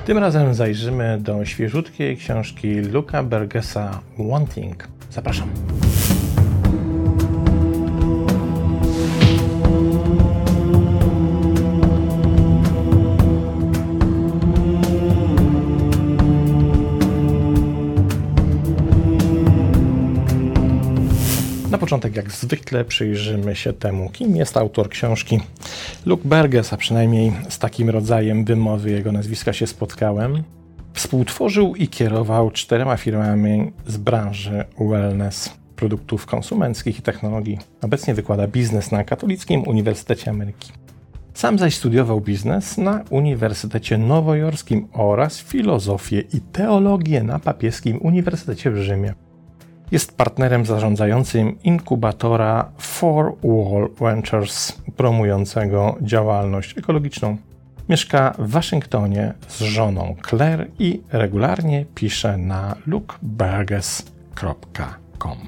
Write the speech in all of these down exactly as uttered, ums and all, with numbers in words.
Tym razem zajrzymy do świeżutkiej książki Luca Burgesa Wanting. Zapraszam. Na początek, jak zwykle, przyjrzymy się temu, kim jest autor książki. Luc Burges, a przynajmniej z takim rodzajem wymowy jego nazwiska się spotkałem, współtworzył i kierował czterema firmami z branży wellness, produktów konsumenckich i technologii. Obecnie wykłada biznes na Katolickim Uniwersytecie Ameryki. Sam zaś studiował biznes na Uniwersytecie Nowojorskim oraz filozofię i teologię na Papieskim Uniwersytecie w Rzymie. Jest partnerem zarządzającym inkubatora Four Wall Ventures, promującego działalność ekologiczną. Mieszka w Waszyngtonie z żoną Claire i regularnie pisze na luc burges kropka com.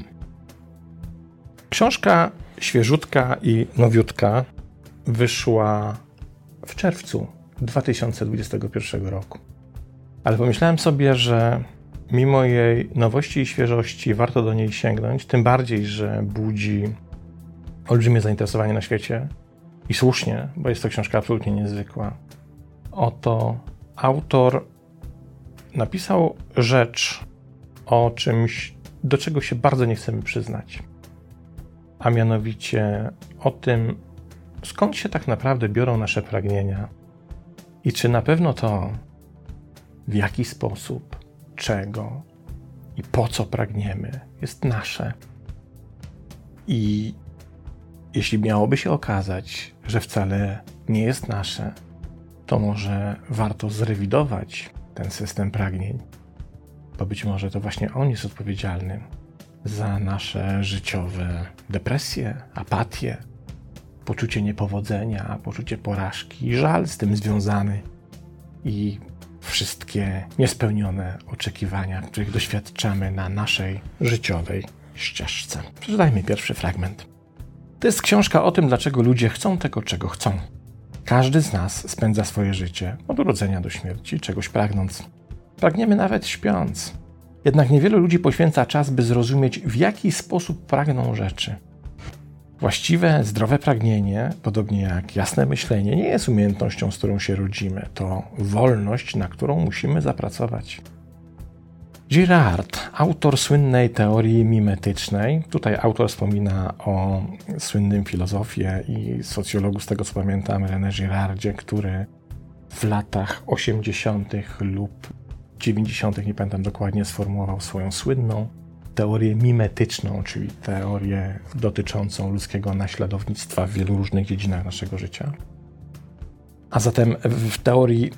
Książka świeżutka i nowiutka wyszła w czerwcu dwa tysiące dwudziestego pierwszego roku. Ale pomyślałem sobie, że mimo jej nowości i świeżości warto do niej sięgnąć, tym bardziej, że budzi olbrzymie zainteresowanie na świecie i słusznie, bo jest to książka absolutnie niezwykła. Oto autor napisał rzecz o czymś, do czego się bardzo nie chcemy przyznać, a mianowicie o tym, skąd się tak naprawdę biorą nasze pragnienia i czy na pewno to, w jaki sposób, czego i po co pragniemy, jest nasze. I jeśli miałoby się okazać, że wcale nie jest nasze, to może warto zrewidować ten system pragnień, bo być może to właśnie on jest odpowiedzialny za nasze życiowe depresje, apatię, poczucie niepowodzenia, poczucie porażki i żal z tym związany i wszystkie niespełnione oczekiwania, których doświadczamy na naszej życiowej ścieżce. Przeczytajmy pierwszy fragment. To jest książka o tym, dlaczego ludzie chcą tego, czego chcą. Każdy z nas spędza swoje życie od urodzenia do śmierci, czegoś pragnąc. Pragniemy nawet śpiąc. Jednak niewielu ludzi poświęca czas, by zrozumieć, w jaki sposób pragną rzeczy. Właściwe, zdrowe pragnienie, podobnie jak jasne myślenie, nie jest umiejętnością, z którą się rodzimy. To wolność, na którą musimy zapracować. Girard, autor słynnej teorii mimetycznej, tutaj autor wspomina o słynnym filozofie i socjologu, z tego co pamiętam, René Girardzie, który w latach osiemdziesiątych lub dziewięćdziesiątych, nie pamiętam dokładnie, sformułował swoją słynną teorię mimetyczną, czyli teorię dotyczącą ludzkiego naśladownictwa w wielu różnych dziedzinach naszego życia. A zatem w teorii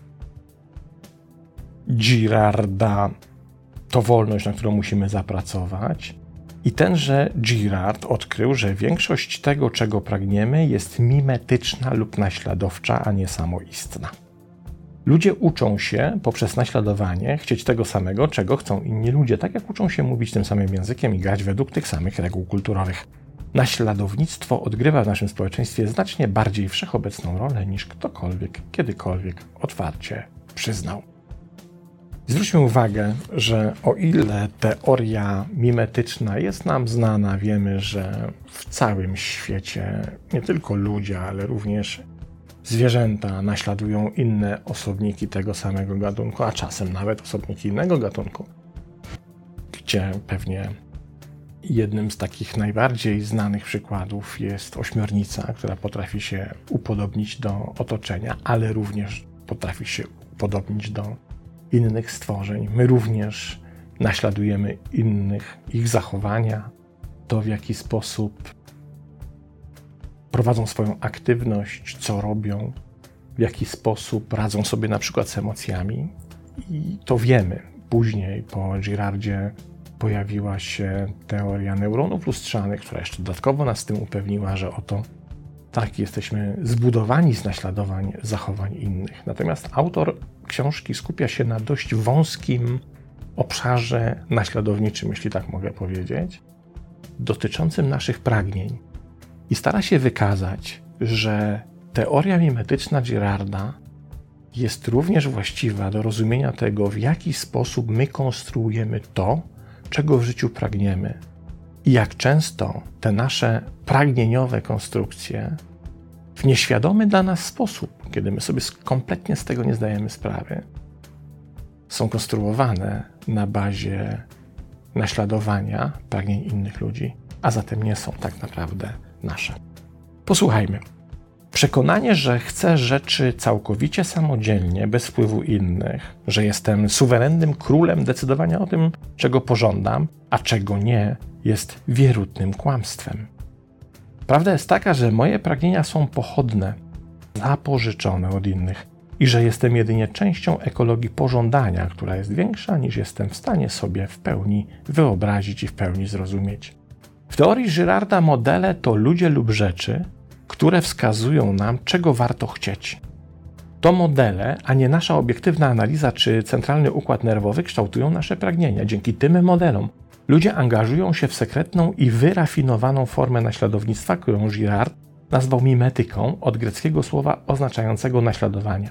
Girarda to wolność, na którą musimy zapracować. I tenże Girard odkrył, że większość tego, czego pragniemy, jest mimetyczna lub naśladowcza, a nie samoistna. Ludzie uczą się poprzez naśladowanie chcieć tego samego, czego chcą inni ludzie, tak jak uczą się mówić tym samym językiem i grać według tych samych reguł kulturowych. Naśladownictwo odgrywa w naszym społeczeństwie znacznie bardziej wszechobecną rolę, niż ktokolwiek kiedykolwiek otwarcie przyznał. Zwróćmy uwagę, że o ile teoria mimetyczna jest nam znana, wiemy, że w całym świecie nie tylko ludzie, ale również zwierzęta naśladują inne osobniki tego samego gatunku, a czasem nawet osobniki innego gatunku, gdzie pewnie jednym z takich najbardziej znanych przykładów jest ośmiornica, która potrafi się upodobnić do otoczenia, ale również potrafi się upodobnić do innych stworzeń. My również naśladujemy innych, ich zachowania, to w jaki sposób prowadzą swoją aktywność, co robią, w jaki sposób radzą sobie na przykład z emocjami. I to wiemy. Później po Girardzie pojawiła się teoria neuronów lustrzanych, która jeszcze dodatkowo nas z tym upewniła, że oto tak, jesteśmy zbudowani z naśladowań zachowań innych. Natomiast autor książki skupia się na dość wąskim obszarze naśladowniczym, jeśli tak mogę powiedzieć, dotyczącym naszych pragnień. I stara się wykazać, że teoria mimetyczna Girarda jest również właściwa do rozumienia tego, w jaki sposób my konstruujemy to, czego w życiu pragniemy. I jak często te nasze pragnieniowe konstrukcje w nieświadomy dla nas sposób, kiedy my sobie kompletnie z tego nie zdajemy sprawy, są konstruowane na bazie naśladowania pragnień innych ludzi, a zatem nie są tak naprawdę nasze. Posłuchajmy. Przekonanie, że chcę rzeczy całkowicie samodzielnie, bez wpływu innych, że jestem suwerennym królem decydowania o tym, czego pożądam, a czego nie, jest wierutnym kłamstwem. Prawda jest taka, że moje pragnienia są pochodne, zapożyczone od innych i że jestem jedynie częścią ekologii pożądania, która jest większa niż jestem w stanie sobie w pełni wyobrazić i w pełni zrozumieć. W teorii Girarda modele to ludzie lub rzeczy, które wskazują nam, czego warto chcieć. To modele, a nie nasza obiektywna analiza czy centralny układ nerwowy kształtują nasze pragnienia. Dzięki tym modelom ludzie angażują się w sekretną i wyrafinowaną formę naśladownictwa, którą Girard nazwał mimetyką od greckiego słowa oznaczającego naśladowanie.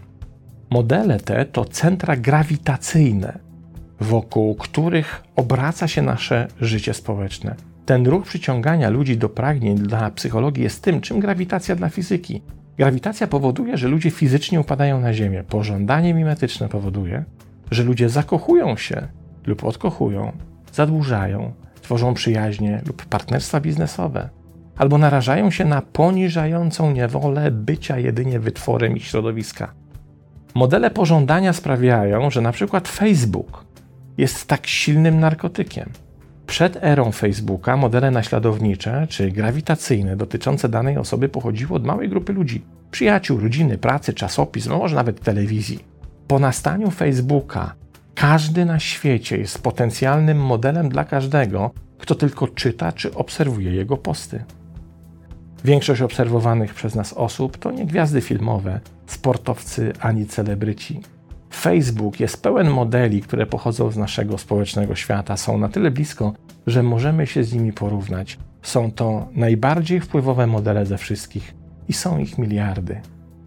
Modele te to centra grawitacyjne, wokół których obraca się nasze życie społeczne. Ten ruch przyciągania ludzi do pragnień dla psychologii jest tym, czym grawitacja dla fizyki. Grawitacja powoduje, że ludzie fizycznie upadają na ziemię. Pożądanie mimetyczne powoduje, że ludzie zakochują się lub odkochują, zadłużają, tworzą przyjaźnie lub partnerstwa biznesowe, albo narażają się na poniżającą niewolę bycia jedynie wytworem ich środowiska. Modele pożądania sprawiają, że na przykład Facebook jest tak silnym narkotykiem. Przed erą Facebooka modele naśladownicze czy grawitacyjne dotyczące danej osoby pochodziły od małej grupy ludzi, przyjaciół, rodziny, pracy, czasopism, może nawet telewizji. Po nastaniu Facebooka każdy na świecie jest potencjalnym modelem dla każdego, kto tylko czyta czy obserwuje jego posty. Większość obserwowanych przez nas osób to nie gwiazdy filmowe, sportowcy ani celebryci. Facebook jest pełen modeli, które pochodzą z naszego społecznego świata, są na tyle blisko, że możemy się z nimi porównać. Są to najbardziej wpływowe modele ze wszystkich i są ich miliardy.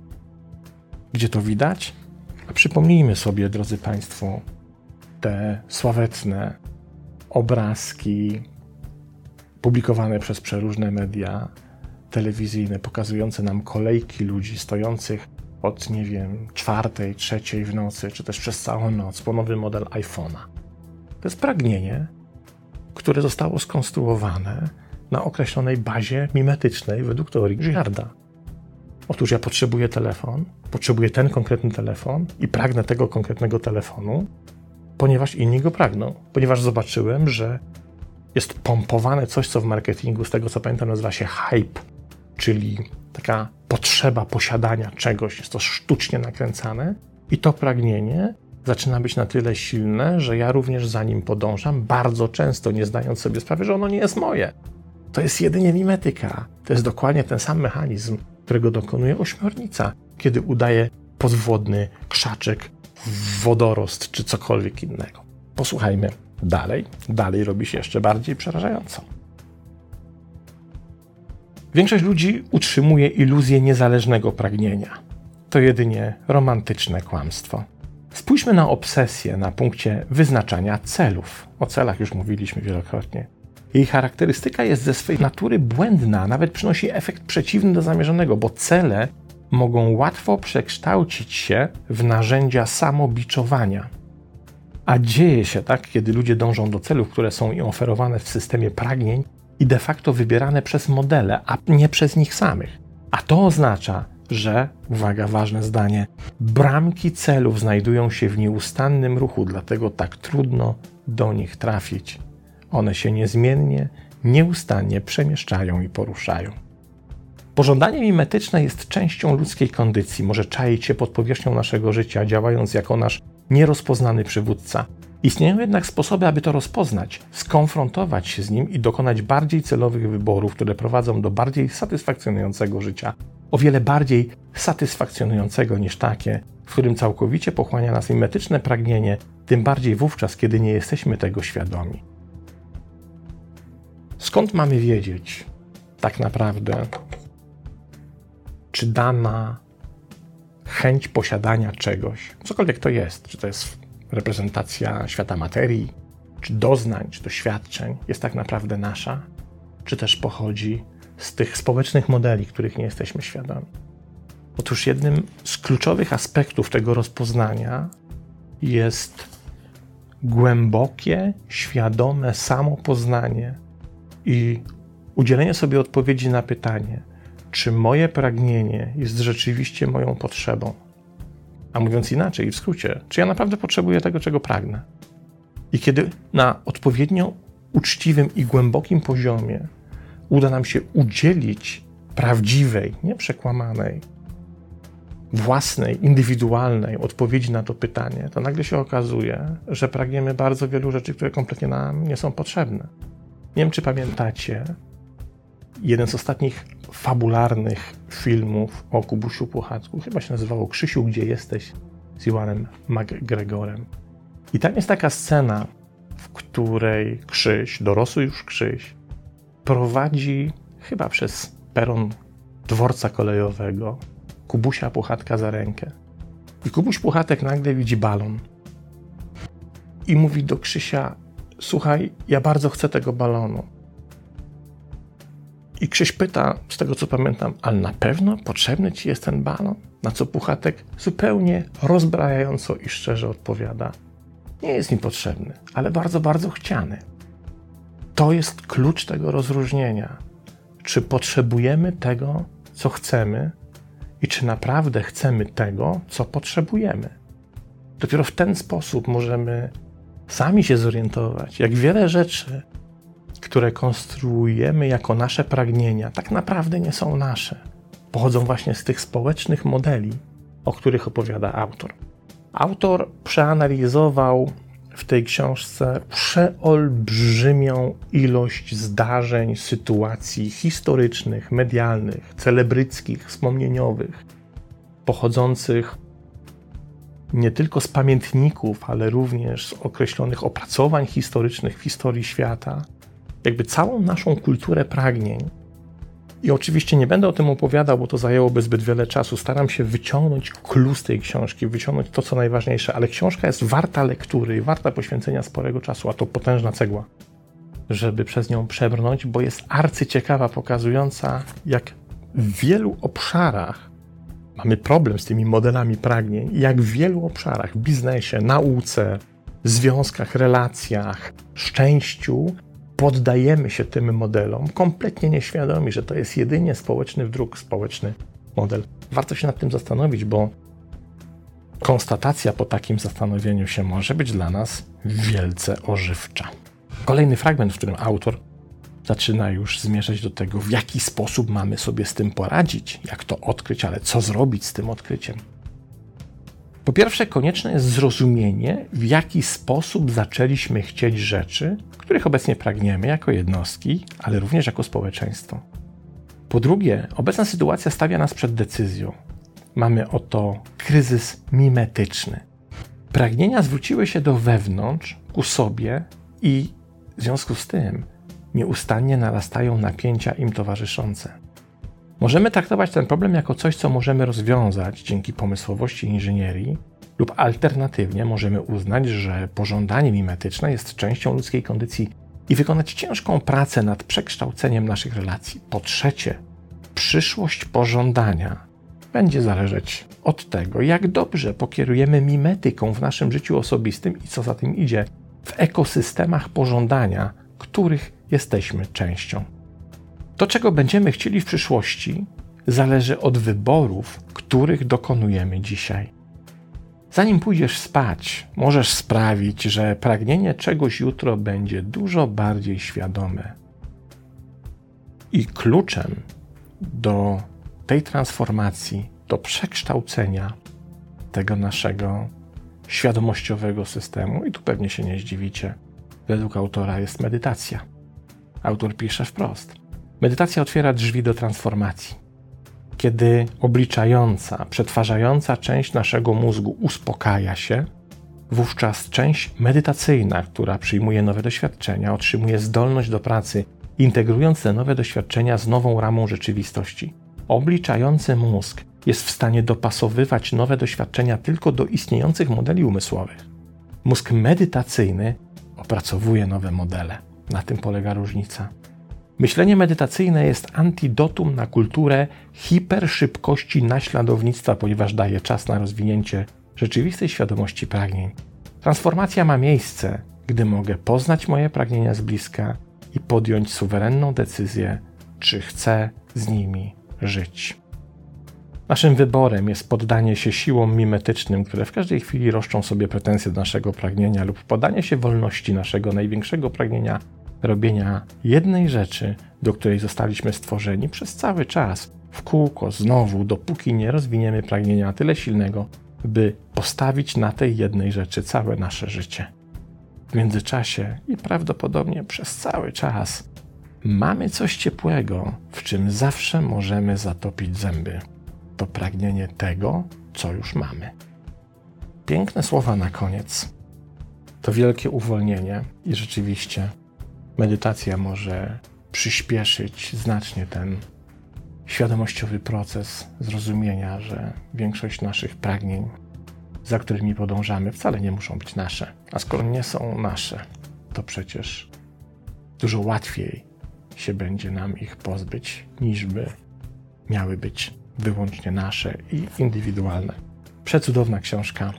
Gdzie to widać? A przypomnijmy sobie, drodzy Państwo, te sławetne obrazki publikowane przez przeróżne media telewizyjne, pokazujące nam kolejki ludzi stojących od, nie wiem, czwartej, trzeciej w nocy, czy też przez całą noc po nowy model iPhone'a. To jest pragnienie, które zostało skonstruowane na określonej bazie mimetycznej według teorii Girarda. Otóż ja potrzebuję telefon, potrzebuję ten konkretny telefon i pragnę tego konkretnego telefonu, ponieważ inni go pragną. Ponieważ zobaczyłem, że jest pompowane coś, co w marketingu, z tego co pamiętam, nazywa się hype, czyli taka potrzeba posiadania czegoś, jest to sztucznie nakręcane i to pragnienie zaczyna być na tyle silne, że ja również za nim podążam, bardzo często nie zdając sobie sprawy, że ono nie jest moje. To jest jedynie mimetyka. To jest dokładnie ten sam mechanizm, którego dokonuje ośmiornica, kiedy udaje podwodny krzaczek, wodorost czy cokolwiek innego. Posłuchajmy dalej. Dalej robi się jeszcze bardziej przerażająco. Większość ludzi utrzymuje iluzję niezależnego pragnienia. To jedynie romantyczne kłamstwo. Spójrzmy na obsesję na punkcie wyznaczania celów. O celach już mówiliśmy wielokrotnie. Jej charakterystyka jest ze swej natury błędna, a nawet przynosi efekt przeciwny do zamierzonego, bo cele mogą łatwo przekształcić się w narzędzia samobiczowania. A dzieje się tak, kiedy ludzie dążą do celów, które są im oferowane w systemie pragnień i de facto wybierane przez modele, a nie przez nich samych. A to oznacza, że, uwaga, ważne zdanie, bramki celów znajdują się w nieustannym ruchu, dlatego tak trudno do nich trafić. One się niezmiennie, nieustannie przemieszczają i poruszają. Pożądanie mimetyczne jest częścią ludzkiej kondycji, może czaić się pod powierzchnią naszego życia, działając jako nasz nierozpoznany przywódca. Istnieją jednak sposoby, aby to rozpoznać, skonfrontować się z nim i dokonać bardziej celowych wyborów, które prowadzą do bardziej satysfakcjonującego życia. O wiele bardziej satysfakcjonującego niż takie, w którym całkowicie pochłania nas mimetyczne pragnienie, tym bardziej wówczas, kiedy nie jesteśmy tego świadomi. Skąd mamy wiedzieć tak naprawdę, czy dana chęć posiadania czegoś, cokolwiek to jest, czy to jest reprezentacja świata materii, czy doznań, czy doświadczeń, jest tak naprawdę nasza, czy też pochodzi z tych społecznych modeli, których nie jesteśmy świadomi. Otóż jednym z kluczowych aspektów tego rozpoznania jest głębokie, świadome samopoznanie i udzielenie sobie odpowiedzi na pytanie, czy moje pragnienie jest rzeczywiście moją potrzebą. A mówiąc inaczej, w skrócie, czy ja naprawdę potrzebuję tego, czego pragnę. I kiedy na odpowiednio uczciwym i głębokim poziomie uda nam się udzielić prawdziwej, nieprzekłamanej, własnej, indywidualnej odpowiedzi na to pytanie, to nagle się okazuje, że pragniemy bardzo wielu rzeczy, które kompletnie nam nie są potrzebne. Nie wiem, czy pamiętacie jeden z ostatnich fabularnych filmów o Kubusiu Puchatku, chyba się nazywało Krzysiu, gdzie jesteś? Z Ewanem McGregorem. I tam jest taka scena, w której Krzyś, dorosły już Krzyś, prowadzi chyba przez peron dworca kolejowego Kubusia Puchatka za rękę. I Kubuś Puchatek nagle widzi balon i mówi do Krzysia: słuchaj, ja bardzo chcę tego balonu. I Krzyś pyta, z tego co pamiętam, ale na pewno potrzebny ci jest ten balon? Na co Puchatek zupełnie rozbrajająco i szczerze odpowiada: nie jest mi potrzebny, ale bardzo, bardzo chciany. To jest klucz tego rozróżnienia. Czy potrzebujemy tego, co chcemy i czy naprawdę chcemy tego, co potrzebujemy. Dopiero w ten sposób możemy sami się zorientować, jak wiele rzeczy, które konstruujemy jako nasze pragnienia, tak naprawdę nie są nasze. Pochodzą właśnie z tych społecznych modeli, o których opowiada autor. Autor przeanalizował w tej książce przeolbrzymią ilość zdarzeń, sytuacji historycznych, medialnych, celebryckich, wspomnieniowych, pochodzących nie tylko z pamiętników, ale również z określonych opracowań historycznych w historii świata, jakby całą naszą kulturę pragnień. I oczywiście nie będę o tym opowiadał, bo to zajęłoby zbyt wiele czasu. Staram się wyciągnąć clue z tej książki, wyciągnąć to, co najważniejsze, ale książka jest warta lektury, warta poświęcenia sporego czasu, a to potężna cegła, żeby przez nią przebrnąć, bo jest arcyciekawa, pokazująca, jak w wielu obszarach mamy problem z tymi modelami pragnień, jak w wielu obszarach, w biznesie, nauce, związkach, relacjach, szczęściu, poddajemy się tym modelom, kompletnie nieświadomi, że to jest jedynie społeczny wdruk, społeczny model. Warto się nad tym zastanowić, bo konstatacja po takim zastanowieniu się może być dla nas wielce ożywcza. Kolejny fragment, w którym autor zaczyna już zmierzać do tego, w jaki sposób mamy sobie z tym poradzić, jak to odkryć, ale co zrobić z tym odkryciem. Po pierwsze, konieczne jest zrozumienie, w jaki sposób zaczęliśmy chcieć rzeczy, których obecnie pragniemy jako jednostki, ale również jako społeczeństwo. Po drugie, obecna sytuacja stawia nas przed decyzją. Mamy oto kryzys mimetyczny. Pragnienia zwróciły się do wewnątrz, ku sobie i w związku z tym nieustannie narastają napięcia im towarzyszące. Możemy traktować ten problem jako coś, co możemy rozwiązać dzięki pomysłowości inżynierii, lub alternatywnie możemy uznać, że pożądanie mimetyczne jest częścią ludzkiej kondycji i wykonać ciężką pracę nad przekształceniem naszych relacji. Po trzecie, przyszłość pożądania będzie zależeć od tego, jak dobrze pokierujemy mimetyką w naszym życiu osobistym i co za tym idzie, w ekosystemach pożądania, których jesteśmy częścią. To, czego będziemy chcieli w przyszłości, zależy od wyborów, których dokonujemy dzisiaj. Zanim pójdziesz spać, możesz sprawić, że pragnienie czegoś jutro będzie dużo bardziej świadome. I kluczem do tej transformacji, do przekształcenia tego naszego świadomościowego systemu, i tu pewnie się nie zdziwicie, według autora jest medytacja. Autor pisze wprost: medytacja otwiera drzwi do transformacji. Kiedy obliczająca, przetwarzająca część naszego mózgu uspokaja się, wówczas część medytacyjna, która przyjmuje nowe doświadczenia, otrzymuje zdolność do pracy, integrując te nowe doświadczenia z nową ramą rzeczywistości. Obliczający mózg jest w stanie dopasowywać nowe doświadczenia tylko do istniejących modeli umysłowych. Mózg medytacyjny opracowuje nowe modele. Na tym polega różnica. Myślenie medytacyjne jest antidotum na kulturę hiperszybkości naśladownictwa, ponieważ daje czas na rozwinięcie rzeczywistej świadomości pragnień. Transformacja ma miejsce, gdy mogę poznać moje pragnienia z bliska i podjąć suwerenną decyzję, czy chcę z nimi żyć. Naszym wyborem jest poddanie się siłom mimetycznym, które w każdej chwili roszczą sobie pretensje do naszego pragnienia, lub poddanie się wolności naszego największego pragnienia robienia jednej rzeczy, do której zostaliśmy stworzeni przez cały czas, w kółko, znowu, dopóki nie rozwiniemy pragnienia na tyle silnego, by postawić na tej jednej rzeczy całe nasze życie. W międzyczasie i prawdopodobnie przez cały czas mamy coś ciepłego, w czym zawsze możemy zatopić zęby. To pragnienie tego, co już mamy. Piękne słowa na koniec. To wielkie uwolnienie i rzeczywiście medytacja może przyspieszyć znacznie ten świadomościowy proces zrozumienia, że większość naszych pragnień, za którymi podążamy, wcale nie muszą być nasze. A skoro nie są nasze, to przecież dużo łatwiej się będzie nam ich pozbyć, niż by miały być wyłącznie nasze i indywidualne. Przecudowna książka.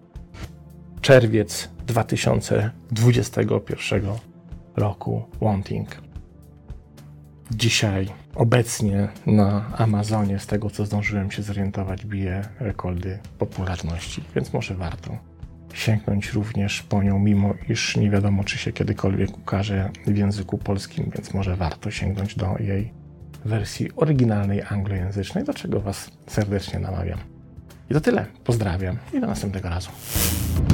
Czerwiec dwa tysiące dwudziestego pierwszego roku. Wanting. Dzisiaj obecnie na Amazonie, z tego co zdążyłem się zorientować, bije rekordy popularności, więc może warto sięgnąć również po nią, mimo iż nie wiadomo, czy się kiedykolwiek ukaże w języku polskim, więc może warto sięgnąć do jej wersji oryginalnej anglojęzycznej, do czego Was serdecznie namawiam. I to tyle. Pozdrawiam i do następnego razu.